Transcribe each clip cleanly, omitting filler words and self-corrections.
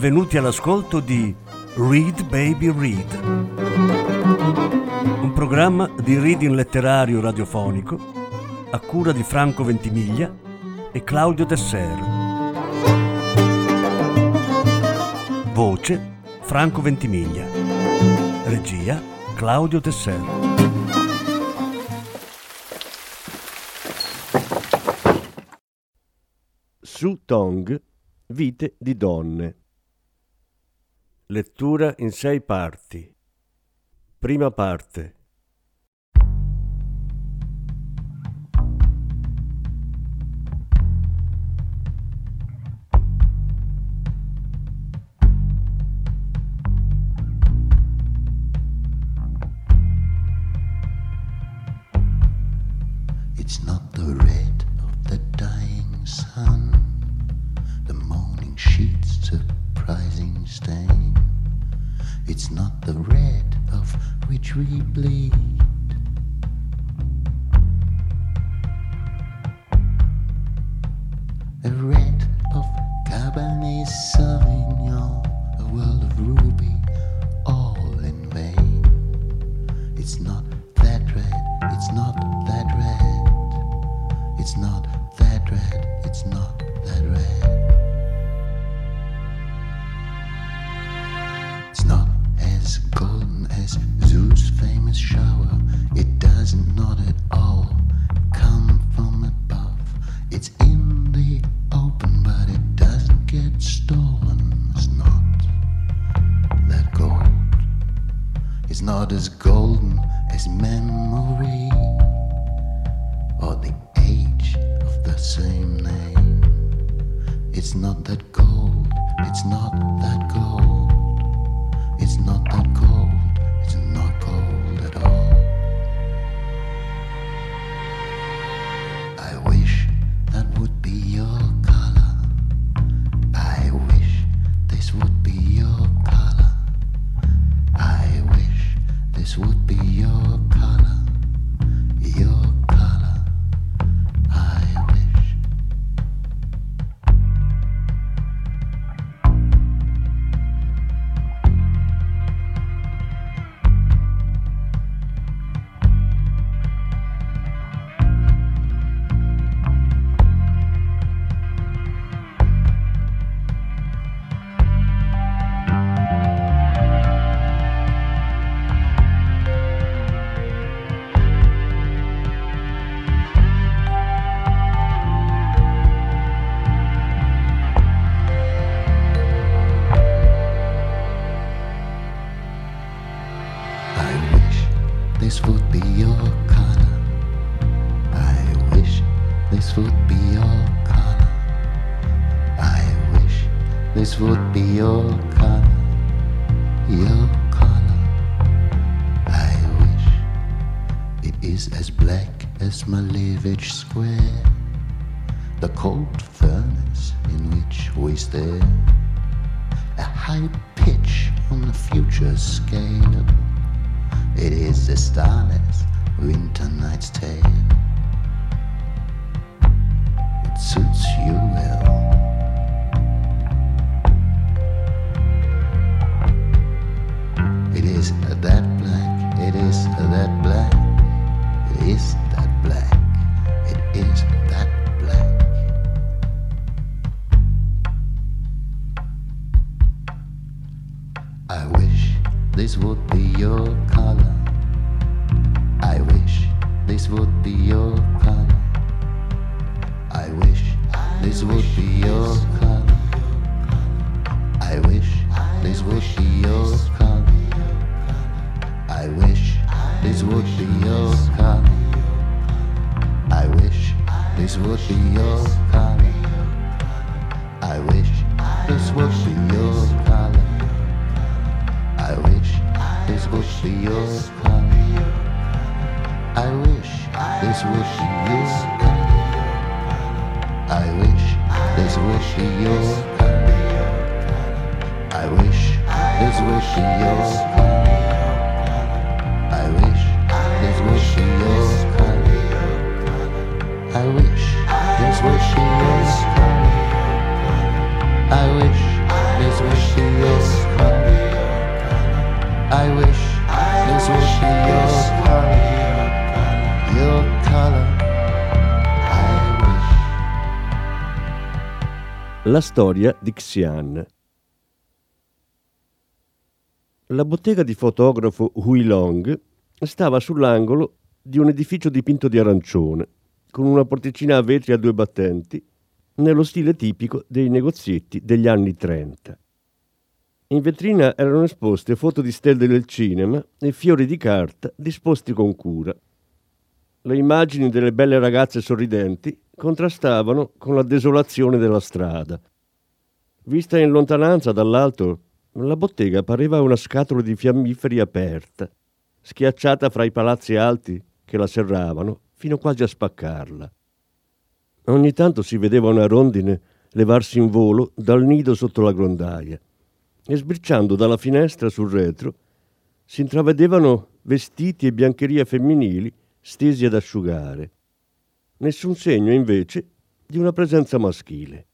benvenuti all'ascolto di Read Baby Read, un programma di reading letterario radiofonico a cura di Franco Ventimiglia e Claudio Desser. Voce Franco Ventimiglia. Regia Claudio Desser. Su Tong, Vite di donne. Lettura in 6 parti. Prima parte. It's not the red of the dying sun, the morning sheet's surprising stain. It's not the red of which we bleed. A red of Cabernet Sauvignon, a world of ruby, all in vain. It's not that red, it's not that red. It's not that red, it's not that red. It's not as golden as Zeus' famous shower. It doesn't not at all come from above. It's in the open, but it doesn't get stolen. It's not that gold. It's not as golden as memory or the age of the same name. It's not that gold, it's not that gold. It's not that gold, it's not gold at all. I wish that would be your color. I wish this would be your color. I wish this would be your color. Your color. I wish. This would be your color. I wish this would be your color. I wish this would be your color. Your color. I wish it is as black as Malevich Square, the cold furnace in which we stare. A high pitch on the future scale. It is the starless winter night's tale. It suits you well. It is that black, it is that black, it is that black, it is that black. I wish this would be your color. I wish this would be your color. I wish this would be your color. I wish this would be your color. I wish this would be your color. I wish this would be your color. I wish this would be your color. I wish this would be your color. I wish this would be your color. I wish this would be your color. I wish this would be your color. I wish this would be your color. I wish this would be your color. I wish this would be I wish this would be your color, I wish. La storia di Xian. La bottega di fotografo Hui Long stava sull'angolo di un edificio dipinto di arancione, con una porticina a vetri a 2 battenti, nello stile tipico dei negozietti degli anni 30. In vetrina erano esposte foto di stelle del cinema e fiori di carta disposti con cura. Le immagini delle belle ragazze sorridenti contrastavano con la desolazione della strada. Vista in lontananza dall'alto, la bottega pareva una scatola di fiammiferi aperta, schiacciata fra i palazzi alti che la serravano fino quasi a spaccarla. Ogni tanto si vedeva una rondine levarsi in volo dal nido sotto la grondaia e sbirciando dalla finestra sul retro si intravedevano vestiti e biancherie femminili stesi ad asciugare. Nessun segno invece di una presenza maschile.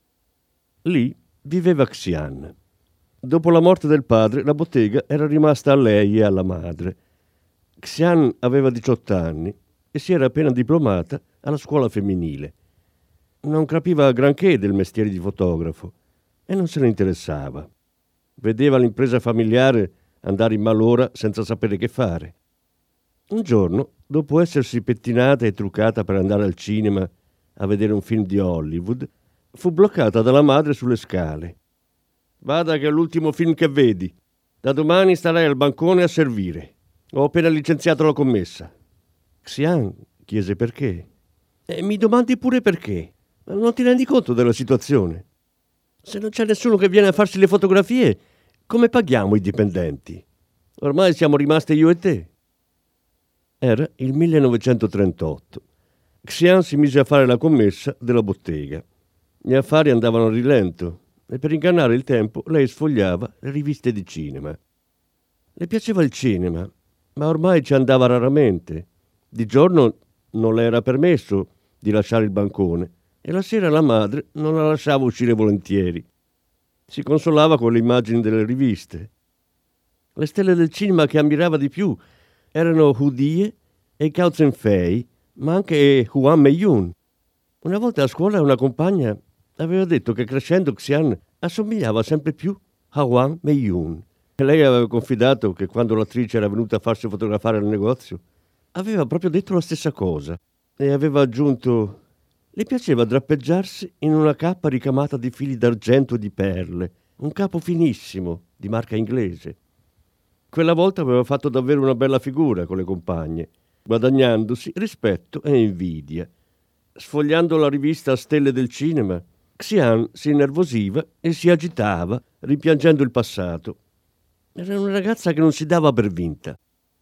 Lì viveva Xian. Dopo la morte del padre, la bottega era rimasta a lei e alla madre. Xian aveva 18 anni e si era appena diplomata alla scuola femminile. Non capiva granché del mestiere di fotografo e non se ne interessava. Vedeva l'impresa familiare andare in malora senza sapere che fare. Un giorno, dopo essersi pettinata e truccata per andare al cinema a vedere un film di Hollywood, fu bloccata dalla madre sulle scale. «Vada che è l'ultimo film che vedi. Da domani starai al bancone a servire. Ho appena licenziato la commessa». Xian chiese perché. «E mi domandi pure perché. Ma non ti rendi conto della situazione? Se non c'è nessuno che viene a farsi le fotografie, come paghiamo i dipendenti? Ormai siamo rimaste io e te». Era il 1938. Xian si mise a fare la commessa della bottega. Gli affari andavano a rilento e per ingannare il tempo lei sfogliava le riviste di cinema. Le piaceva il cinema, ma ormai ci andava raramente. Di giorno non le era permesso di lasciare il bancone e la sera la madre non la lasciava uscire volentieri. Si consolava con le immagini delle riviste. Le stelle del cinema che ammirava di più erano Hu Die e Cao Zhenfei, ma anche Huang Meiyun. Una volta a scuola una compagna aveva detto che crescendo Xian assomigliava sempre più a Huang Meiyun. E lei aveva confidato che quando l'attrice era venuta a farsi fotografare al negozio aveva proprio detto la stessa cosa e aveva aggiunto: le piaceva drappeggiarsi in una cappa ricamata di fili d'argento e di perle, un capo finissimo di marca inglese. Quella volta aveva fatto davvero una bella figura con le compagne, guadagnandosi rispetto e invidia. Sfogliando la rivista Stelle del cinema, Xian si innervosiva e si agitava, rimpiangendo il passato. Era una ragazza che non si dava per vinta.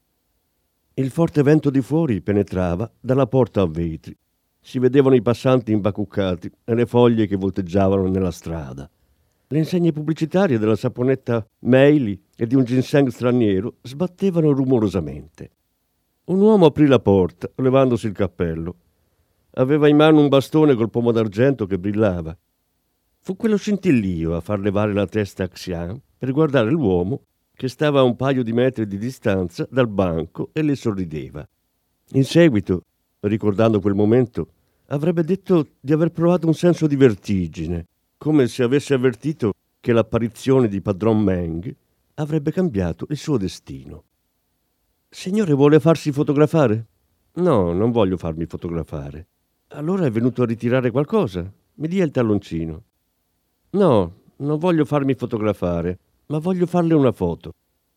Il forte vento di fuori penetrava dalla porta a vetri. Si vedevano i passanti imbacuccati e le foglie che volteggiavano nella strada. Le insegne pubblicitarie della saponetta Meili e di un ginseng straniero sbattevano rumorosamente. Un uomo aprì la porta, levandosi il cappello. Aveva in mano un bastone col pomo d'argento che brillava. Fu quello scintillio a far levare la testa a Xian per guardare l'uomo che stava a un paio di metri di distanza dal banco e le sorrideva. In seguito, ricordando quel momento, avrebbe detto di aver provato un senso di vertigine, come se avesse avvertito che l'apparizione di padron Meng avrebbe cambiato il suo destino. «Signore, vuole farsi fotografare?» «No, non voglio farmi fotografare». «Allora è venuto a ritirare qualcosa? Mi dia il talloncino». «No, non voglio farmi fotografare, ma voglio farle una foto».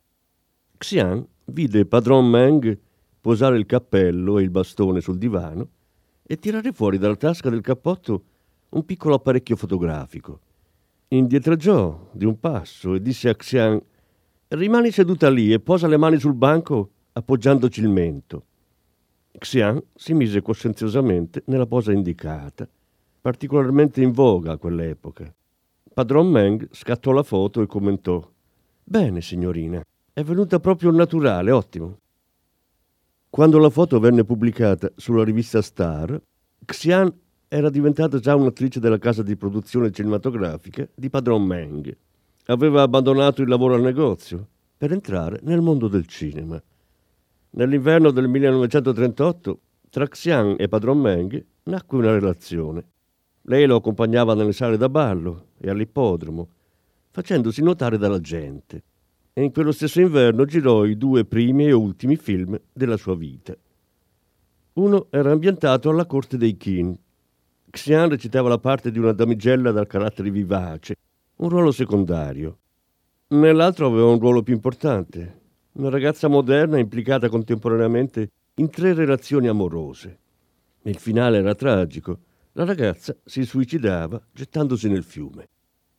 Xian vide padron Meng posare il cappello e il bastone sul divano e tirare fuori dalla tasca del cappotto un piccolo apparecchio fotografico. Indietreggiò di un passo e disse a Xian: «Rimani seduta lì e posa le mani sul banco appoggiandoci il mento». Xian si mise coscienziosamente nella posa indicata, particolarmente in voga a quell'epoca. Padron Meng scattò la foto e commentò: «Bene, signorina, è venuta proprio naturale, ottimo». Quando la foto venne pubblicata sulla rivista Star, Xian era diventata già un'attrice della casa di produzione cinematografica di padron Meng. Aveva abbandonato il lavoro al negozio per entrare nel mondo del cinema. Nell'inverno del 1938 tra Xian e Padron Meng nacque una relazione. Lei lo accompagnava nelle sale da ballo e all'ippodromo, facendosi notare dalla gente. E in quello stesso inverno girò i 2 primi e ultimi film della sua vita. Uno era ambientato alla corte dei Qin. Xian recitava la parte di una damigella dal carattere vivace, un ruolo secondario. Nell'altro aveva un ruolo più importante, una ragazza moderna implicata contemporaneamente in 3 relazioni amorose. Il finale era tragico. La ragazza si suicidava gettandosi nel fiume.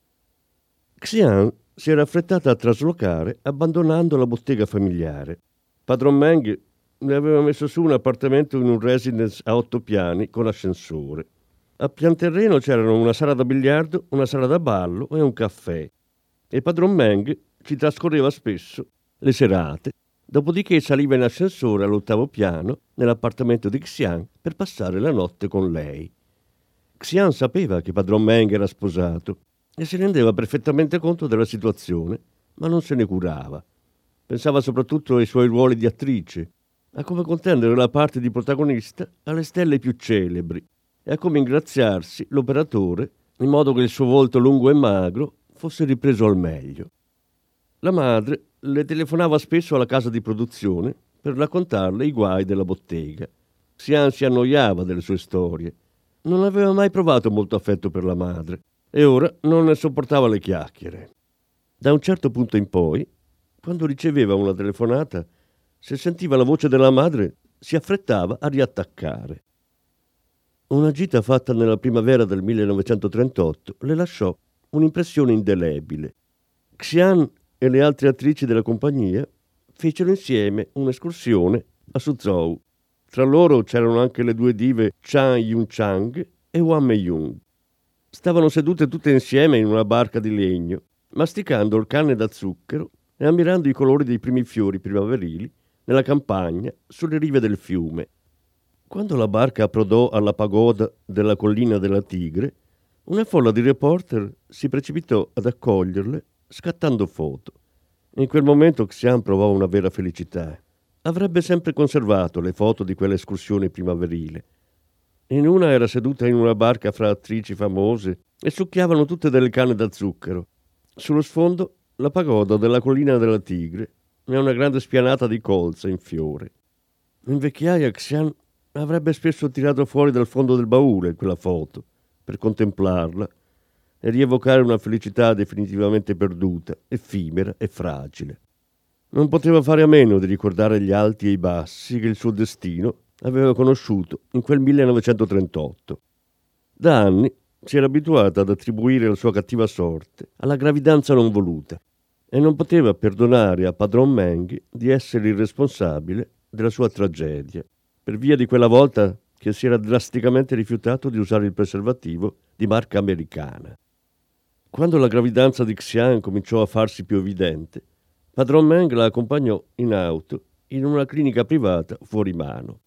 Xian si era affrettata a traslocare abbandonando la bottega familiare. Padron Meng ne aveva messo su un appartamento in un residence a 8 piani con ascensore. A pian terreno c'erano una sala da biliardo, una sala da ballo e un caffè. E Padron Meng ci trascorreva spesso le serate, dopodiché saliva in ascensore all'8° piano nell'appartamento di Xian per passare la notte con lei. Xian sapeva che Padron Meng era sposato e si rendeva perfettamente conto della situazione, ma non se ne curava. Pensava soprattutto ai suoi ruoli di attrice, a come contendere la parte di protagonista alle stelle più celebri e a come ingraziarsi l'operatore in modo che il suo volto lungo e magro fosse ripreso al meglio. La madre le telefonava spesso alla casa di produzione per raccontarle i guai della bottega. Xian si annoiava delle sue storie. Non aveva mai provato molto affetto per la madre e ora non ne sopportava le chiacchiere. Da un certo punto in poi, quando riceveva una telefonata, se sentiva la voce della madre si affrettava a riattaccare. Una gita fatta nella primavera del 1938 le lasciò un'impressione indelebile. Xian e le altre attrici della compagnia fecero insieme un'escursione a Suzhou. Tra loro c'erano anche le 2 dive Chan Yun-chang e Wang Mei-yun. Stavano sedute tutte insieme in una barca di legno, masticando il canne da zucchero e ammirando i colori dei primi fiori primaverili nella campagna sulle rive del fiume. Quando la barca approdò alla pagoda della collina della Tigre, una folla di reporter si precipitò ad accoglierle scattando foto. In quel momento Xian provò una vera felicità. Avrebbe sempre conservato le foto di quell'escursione primaverile. In una era seduta in una barca fra attrici famose e succhiavano tutte delle canne da zucchero. Sullo sfondo la pagoda della collina della Tigre e una grande spianata di colza in fiore. In vecchiaia Xian avrebbe spesso tirato fuori dal fondo del baule quella foto per contemplarla e rievocare una felicità definitivamente perduta, effimera e fragile. Non poteva fare a meno di ricordare gli alti e i bassi che il suo destino aveva conosciuto in quel 1938. Da anni si era abituata ad attribuire la sua cattiva sorte alla gravidanza non voluta e non poteva perdonare a Padron Meng di essere il responsabile della sua tragedia, per via di quella volta che si era drasticamente rifiutato di usare il preservativo di marca americana. Quando la gravidanza di Xian cominciò a farsi più evidente, Padron Meng la accompagnò in auto in una clinica privata fuori mano.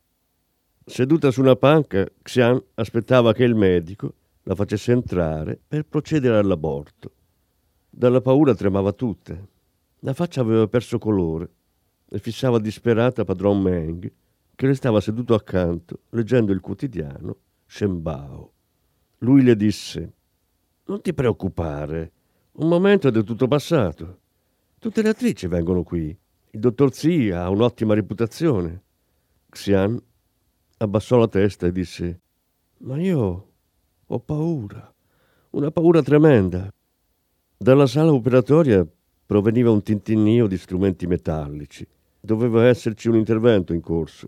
Seduta su una panca, Xian aspettava che il medico la facesse entrare per procedere all'aborto. Dalla paura tremava tutta. La faccia aveva perso colore e fissava disperata Padron Meng, che le stava seduto accanto, leggendo il quotidiano Shenbao. Lui le disse: «Non ti preoccupare, un momento ed è tutto passato. Tutte le attrici vengono qui. Il dottor Zi ha un'ottima reputazione». Xian abbassò la testa e disse: «Ma io ho paura, una paura tremenda». Dalla sala operatoria proveniva un tintinnio di strumenti metallici. Doveva esserci un intervento in corso.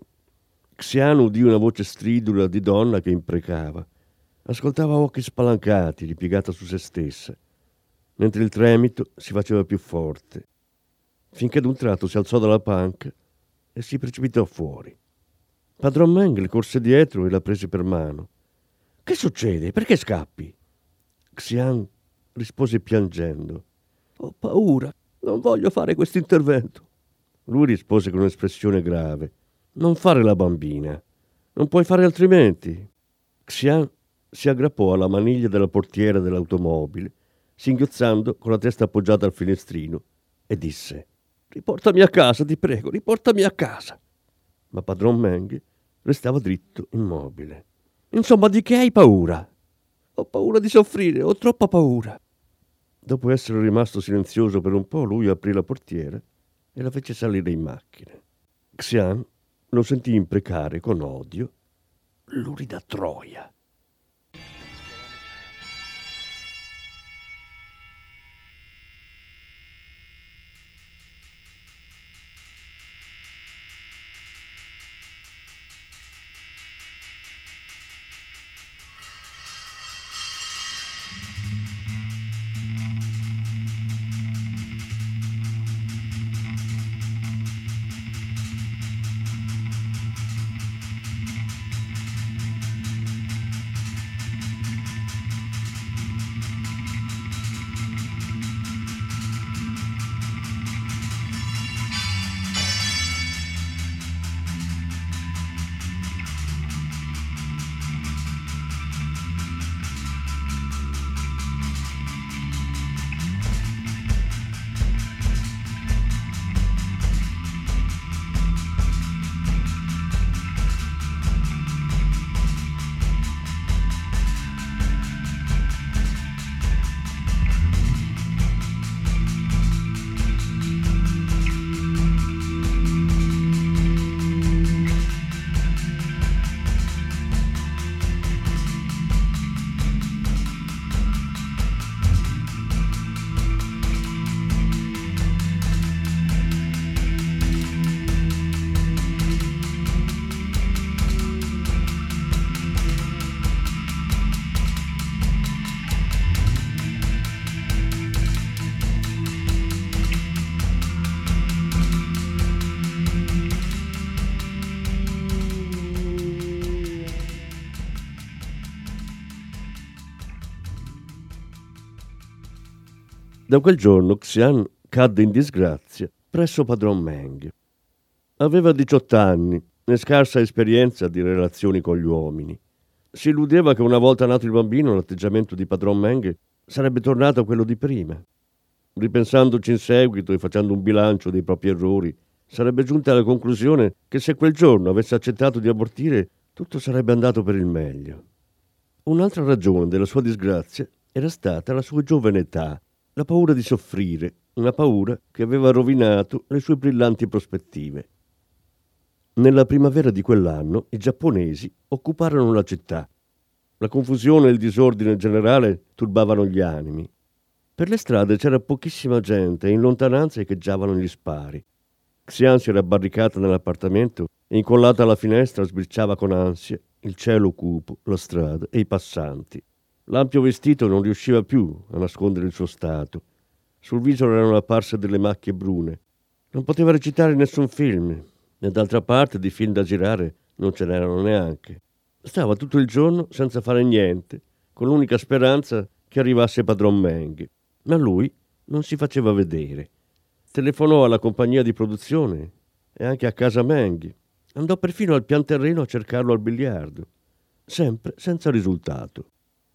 Xian udì una voce stridula di donna che imprecava. Ascoltava a occhi spalancati, ripiegata su se stessa, mentre il tremito si faceva più forte, finché d'un tratto si alzò dalla panca e si precipitò fuori. Padron Meng le corse dietro e la prese per mano. «Che succede? Perché scappi?» Xian rispose piangendo: «Ho paura, non voglio fare questo intervento». Lui rispose con un'espressione grave: «Non fare la bambina, non puoi fare altrimenti». Xian si aggrappò alla maniglia della portiera dell'automobile, singhiozzando con la testa appoggiata al finestrino, e disse: Riportami a casa, ti prego, riportami a casa. Ma padron Meng restava dritto, immobile. Insomma, di che hai paura? Ho paura di soffrire, ho troppa paura. Dopo essere rimasto silenzioso per un po', lui aprì la portiera e la fece salire in macchina. Xian lo sentì imprecare con odio l'urida troia. Da quel giorno Xian cadde in disgrazia presso padron Meng. Aveva 18 anni e scarsa esperienza di relazioni con gli uomini. Si illudeva che una volta nato il bambino l'atteggiamento di padron Meng sarebbe tornato a quello di prima. Ripensandoci in seguito e facendo un bilancio dei propri errori, sarebbe giunta alla conclusione che se quel giorno avesse accettato di abortire, tutto sarebbe andato per il meglio. Un'altra ragione della sua disgrazia era stata la sua giovane età, la paura di soffrire, una paura che aveva rovinato le sue brillanti prospettive. Nella primavera di quell'anno i giapponesi occuparono la città. La confusione e il disordine generale turbavano gli animi. Per le strade c'era pochissima gente e in lontananza echeggiavano gli spari. Xian si era barricata nell'appartamento e incollata alla finestra sbirciava con ansia il cielo cupo, la strada e i passanti. L'ampio vestito non riusciva più a nascondere il suo stato. Sul viso erano apparse delle macchie brune. Non poteva recitare in nessun film, e d'altra parte di film da girare non ce n'erano neanche. Stava tutto il giorno senza fare niente, con l'unica speranza che arrivasse padron Meng. Ma lui non si faceva vedere. Telefonò alla compagnia di produzione e anche a casa Meng. Andò perfino al pian terreno a cercarlo al biliardo. Sempre senza risultato.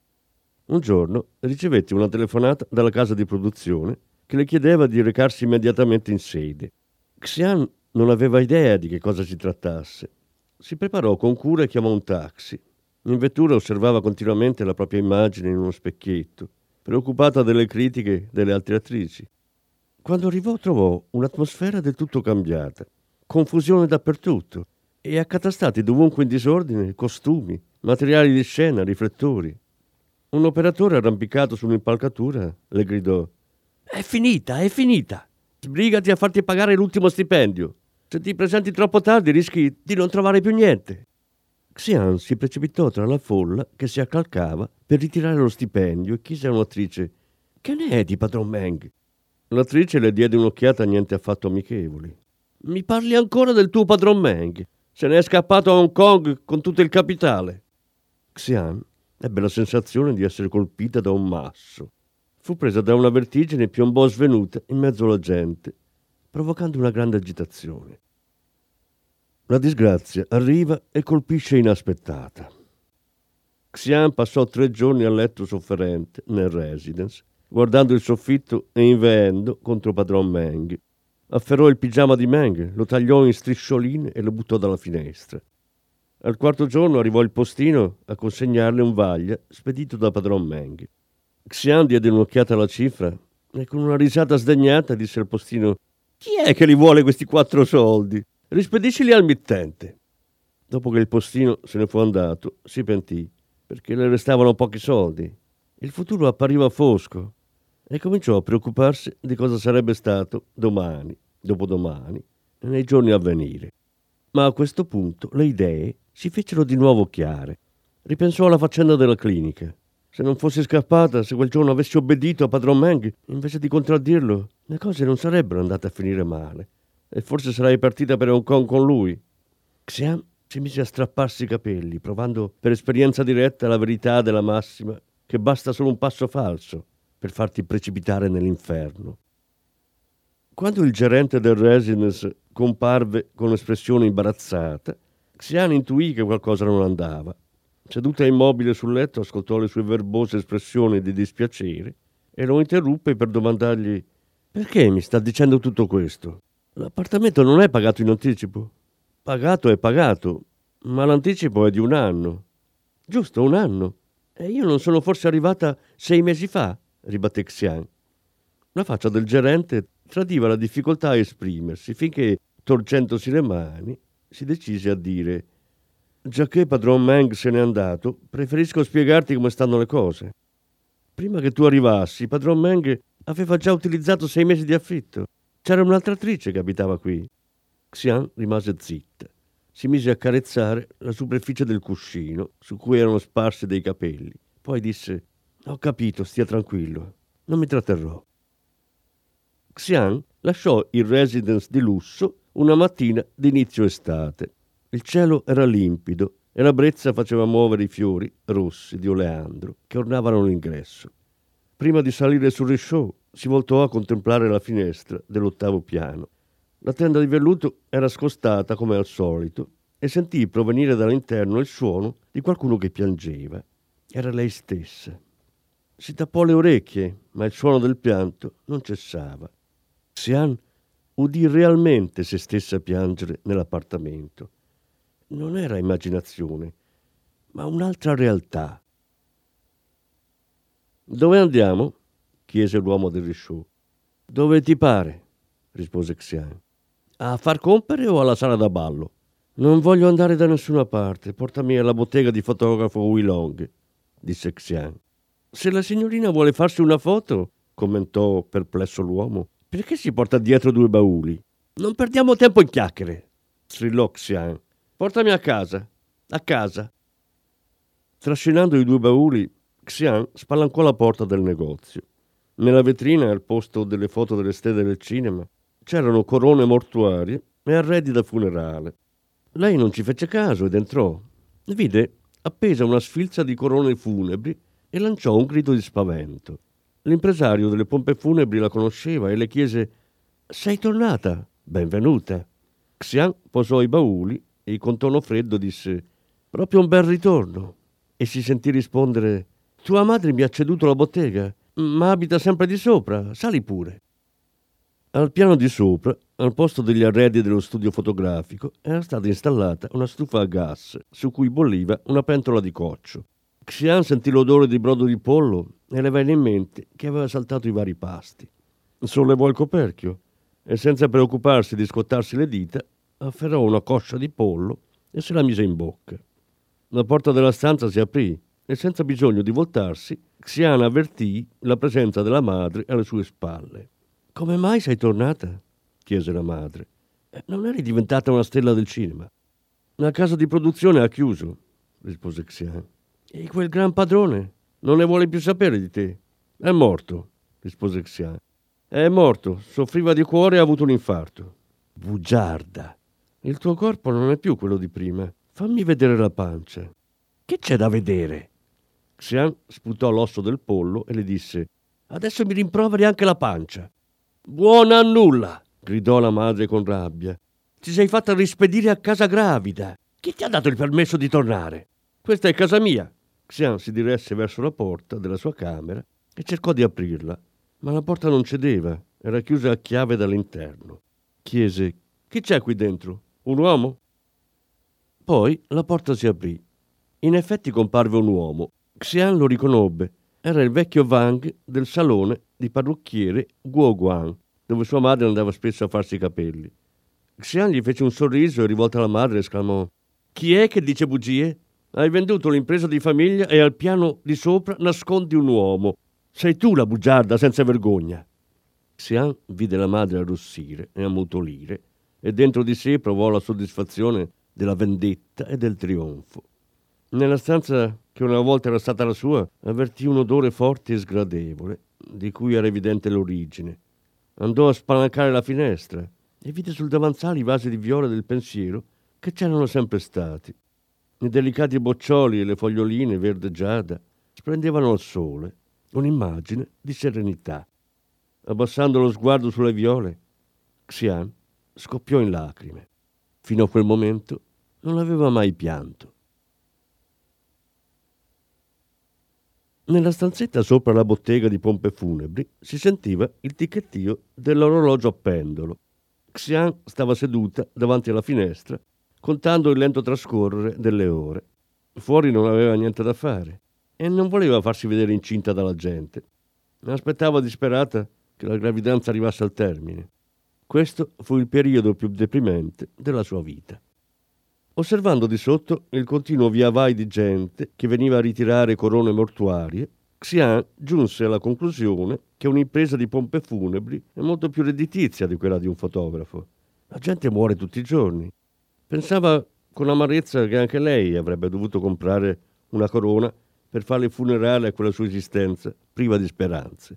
Un giorno ricevette una telefonata dalla casa di produzione che le chiedeva di recarsi immediatamente in sede. Xian non aveva idea di che cosa si trattasse. Si preparò con cura e chiamò un taxi. In vettura osservava continuamente la propria immagine in uno specchietto, preoccupata delle critiche delle altre attrici. Quando arrivò trovò un'atmosfera del tutto cambiata, confusione dappertutto e accatastati dovunque in disordine costumi, materiali di scena, riflettori. Un operatore arrampicato su un'impalcatura le gridò: «È finita, è finita! Sbrigati a farti pagare l'ultimo stipendio! Se ti presenti troppo tardi rischi di non trovare più niente!» Xian si precipitò tra la folla che si accalcava per ritirare lo stipendio e chiese a un'attrice: «Che ne è di padron Meng?» L'attrice le diede un'occhiata niente affatto amichevole. «Mi parli ancora del tuo padron Meng? Se ne è scappato a Hong Kong con tutto il capitale!» Xian ebbe la sensazione di essere colpita da un masso. Fu presa da una vertigine e piombò svenuta in mezzo alla gente, provocando una grande agitazione. La disgrazia arriva e colpisce inaspettata. Xian passò 3 giorni a letto sofferente nel residence, guardando il soffitto e inveendo contro padron Meng. afferrò il pigiama di Meng, lo tagliò in striscioline e lo buttò dalla finestra. Al quarto giorno arrivò il postino a consegnarle un vaglia spedito da padron Meng. Xian diede un'occhiata alla cifra e con una risata sdegnata disse al postino: «Chi è che li vuole questi 4 soldi? Rispediscili al mittente». Dopo che il postino se ne fu andato, si pentì, perché le restavano pochi soldi. Il futuro appariva fosco e cominciò a preoccuparsi di cosa sarebbe stato domani, dopodomani e nei giorni a venire. Ma a questo punto le idee si fecero di nuovo chiare. Ripensò alla faccenda della clinica. Se non fossi scappata, se quel giorno avessi obbedito a padron Meng, invece di contraddirlo, le cose non sarebbero andate a finire male. E forse sarei partita per Hong Kong con lui. Xian si mise a strapparsi i capelli, provando per esperienza diretta la verità della massima che basta solo un passo falso per farti precipitare nell'inferno. Quando il gerente del residence comparve con espressione imbarazzata, Xian intuì che qualcosa non andava. Seduta immobile sul letto, ascoltò le sue verbose espressioni di dispiacere e lo interruppe per domandargli: «Perché mi sta dicendo tutto questo? L'appartamento non è pagato in anticipo?» «Pagato è pagato, ma l'anticipo è di 1 anno». «Giusto, 1 anno. E io non sono forse arrivata 6 mesi fa?» ribatté Xian. La faccia del gerente tradiva la difficoltà a esprimersi, finché, torcendosi le mani, si decise a dire: «Giacché padron Meng se n'è andato, preferisco spiegarti come stanno le cose. Prima che tu arrivassi, padron Meng aveva già utilizzato 6 mesi di affitto. C'era un'altra attrice che abitava qui». Xian rimase zitta. Si mise a carezzare la superficie del cuscino su cui erano sparsi dei capelli. Poi disse: «Ho capito, stia tranquillo, non mi tratterrò». Xian lasciò il residence di lusso una mattina d'inizio estate. Il cielo era limpido e la brezza faceva muovere i fiori rossi di oleandro che ornavano l'ingresso. Prima di salire sul risciò si voltò a contemplare la finestra dell'8° piano. La tenda di velluto era scostata come al solito e sentì provenire dall'interno il suono di qualcuno che piangeva. Era lei stessa. Si tappò le orecchie, ma il suono del pianto non cessava. Xian udì realmente se stessa piangere nell'appartamento. Non era immaginazione, ma un'altra realtà. «Dove andiamo?» chiese l'uomo del risciò. «Dove ti pare?» rispose Xian. «A far compere o alla sala da ballo?» «Non voglio andare da nessuna parte, portami alla bottega di fotografo Huilong», disse Xian. «Se la signorina vuole farsi una foto», commentò perplesso l'uomo, «perché si porta dietro 2 bauli?» «Non perdiamo tempo in chiacchiere», strillò Xian. «Portami a casa, a casa». Trascinando i 2 bauli, Xian spalancò la porta del negozio. Nella vetrina, al posto delle foto delle stelle del cinema, c'erano corone mortuarie e arredi da funerale. Lei non ci fece caso ed entrò. Vide appesa una sfilza di corone funebri e lanciò un grido di spavento. L'impresario delle pompe funebri la conosceva e le chiese: «Sei tornata? Benvenuta». Xian posò i bauli e con tono freddo disse: «Proprio un bel ritorno». E si sentì rispondere: «Tua madre mi ha ceduto la bottega, ma abita sempre di sopra, sali pure». Al piano di sopra, al posto degli arredi dello studio fotografico, era stata installata una stufa a gas su cui bolliva una pentola di coccio. Xian sentì l'odore di brodo di pollo e le venne in mente che aveva saltato i vari pasti. Sollevò il coperchio e, senza preoccuparsi di scottarsi le dita, afferrò una coscia di pollo e se la mise in bocca. La porta della stanza si aprì e, senza bisogno di voltarsi, Xian avvertì la presenza della madre alle sue spalle. «Come mai sei tornata?» chiese la madre. «Non eri diventata una stella del cinema?» «La casa di produzione ha chiuso», rispose Xian. «E quel gran padrone non ne vuole più sapere di te?» «È morto», rispose Xian. «È morto, soffriva di cuore e ha avuto un infarto». «Bugiarda! Il tuo corpo non è più quello di prima. Fammi vedere la pancia». «Che c'è da vedere?» Xian sputò l'osso del pollo e le disse: «Adesso mi rimproveri anche la pancia». «Buona a nulla!» gridò la madre con rabbia. «Ti sei fatta rispedire a casa gravida. Chi ti ha dato il permesso di tornare? Questa è casa mia». Xian si diresse verso la porta della sua camera e cercò di aprirla, ma la porta non cedeva, era chiusa a chiave dall'interno. chiese: «Chi c'è qui dentro? Un uomo?» Poi la porta si aprì. In effetti comparve un uomo. Xian lo riconobbe. Era il vecchio Wang del salone di parrucchiere Guoguang, dove sua madre andava spesso a farsi i capelli. Xian gli fece un sorriso e, rivolto alla madre, esclamò: «Chi è che dice bugie? Hai venduto l'impresa di famiglia e al piano di sopra nascondi un uomo. Sei tu la bugiarda senza vergogna!» Xian vide la madre arrossire e ammutolire e dentro di sé provò la soddisfazione della vendetta e del trionfo. Nella stanza che una volta era stata la sua, avvertì un odore forte e sgradevole, di cui era evidente l'origine. Andò a spalancare la finestra e vide sul davanzale i vasi di viole del pensiero che c'erano sempre stati. I delicati boccioli e le foglioline verde giada splendevano al sole, un'immagine di serenità. Abbassando lo sguardo sulle viole, Xian scoppiò in lacrime. Fino a quel momento non aveva mai pianto. Nella stanzetta sopra la bottega di pompe funebri si sentiva il ticchettio dell'orologio a pendolo. Xian stava seduta davanti alla finestra, contando il lento trascorrere delle ore. Fuori non aveva niente da fare e non voleva farsi vedere incinta dalla gente. Aspettava disperata che la gravidanza arrivasse al termine. Questo fu il periodo più deprimente della sua vita. Osservando di sotto il continuo via vai di gente che veniva a ritirare corone mortuarie, Xian giunse alla conclusione che un'impresa di pompe funebri è molto più redditizia di quella di un fotografo. La gente muore tutti i giorni. Pensava con amarezza che anche lei avrebbe dovuto comprare una corona per fare il funerale a quella sua esistenza priva di speranze.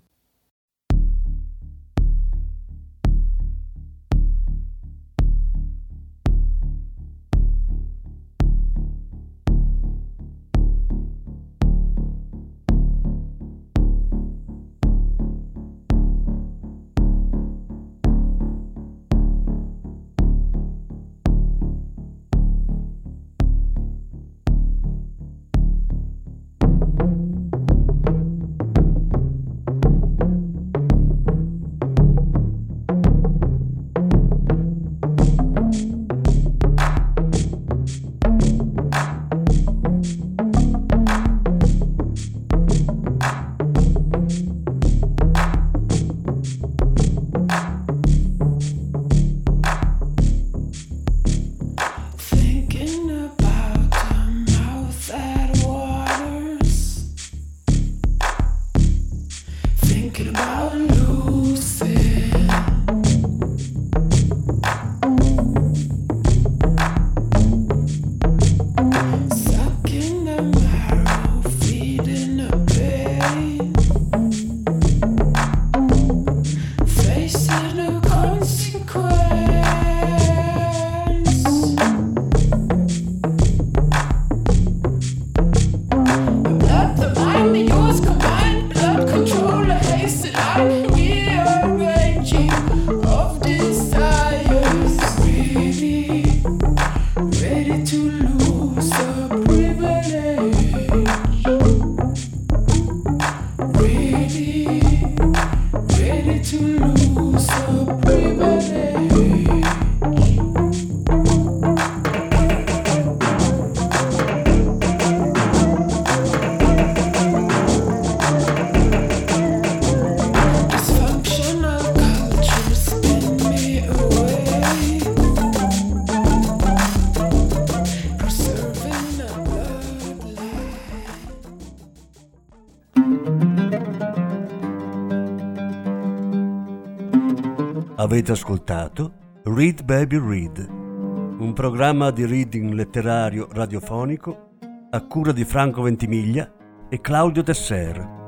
Avete ascoltato Read Baby Read, un programma di reading letterario radiofonico a cura di Franco Ventimiglia e Claudio Tesser.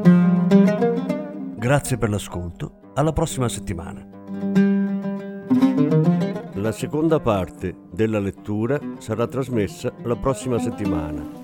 Grazie per l'ascolto, alla prossima settimana. La seconda parte della lettura sarà trasmessa la prossima settimana.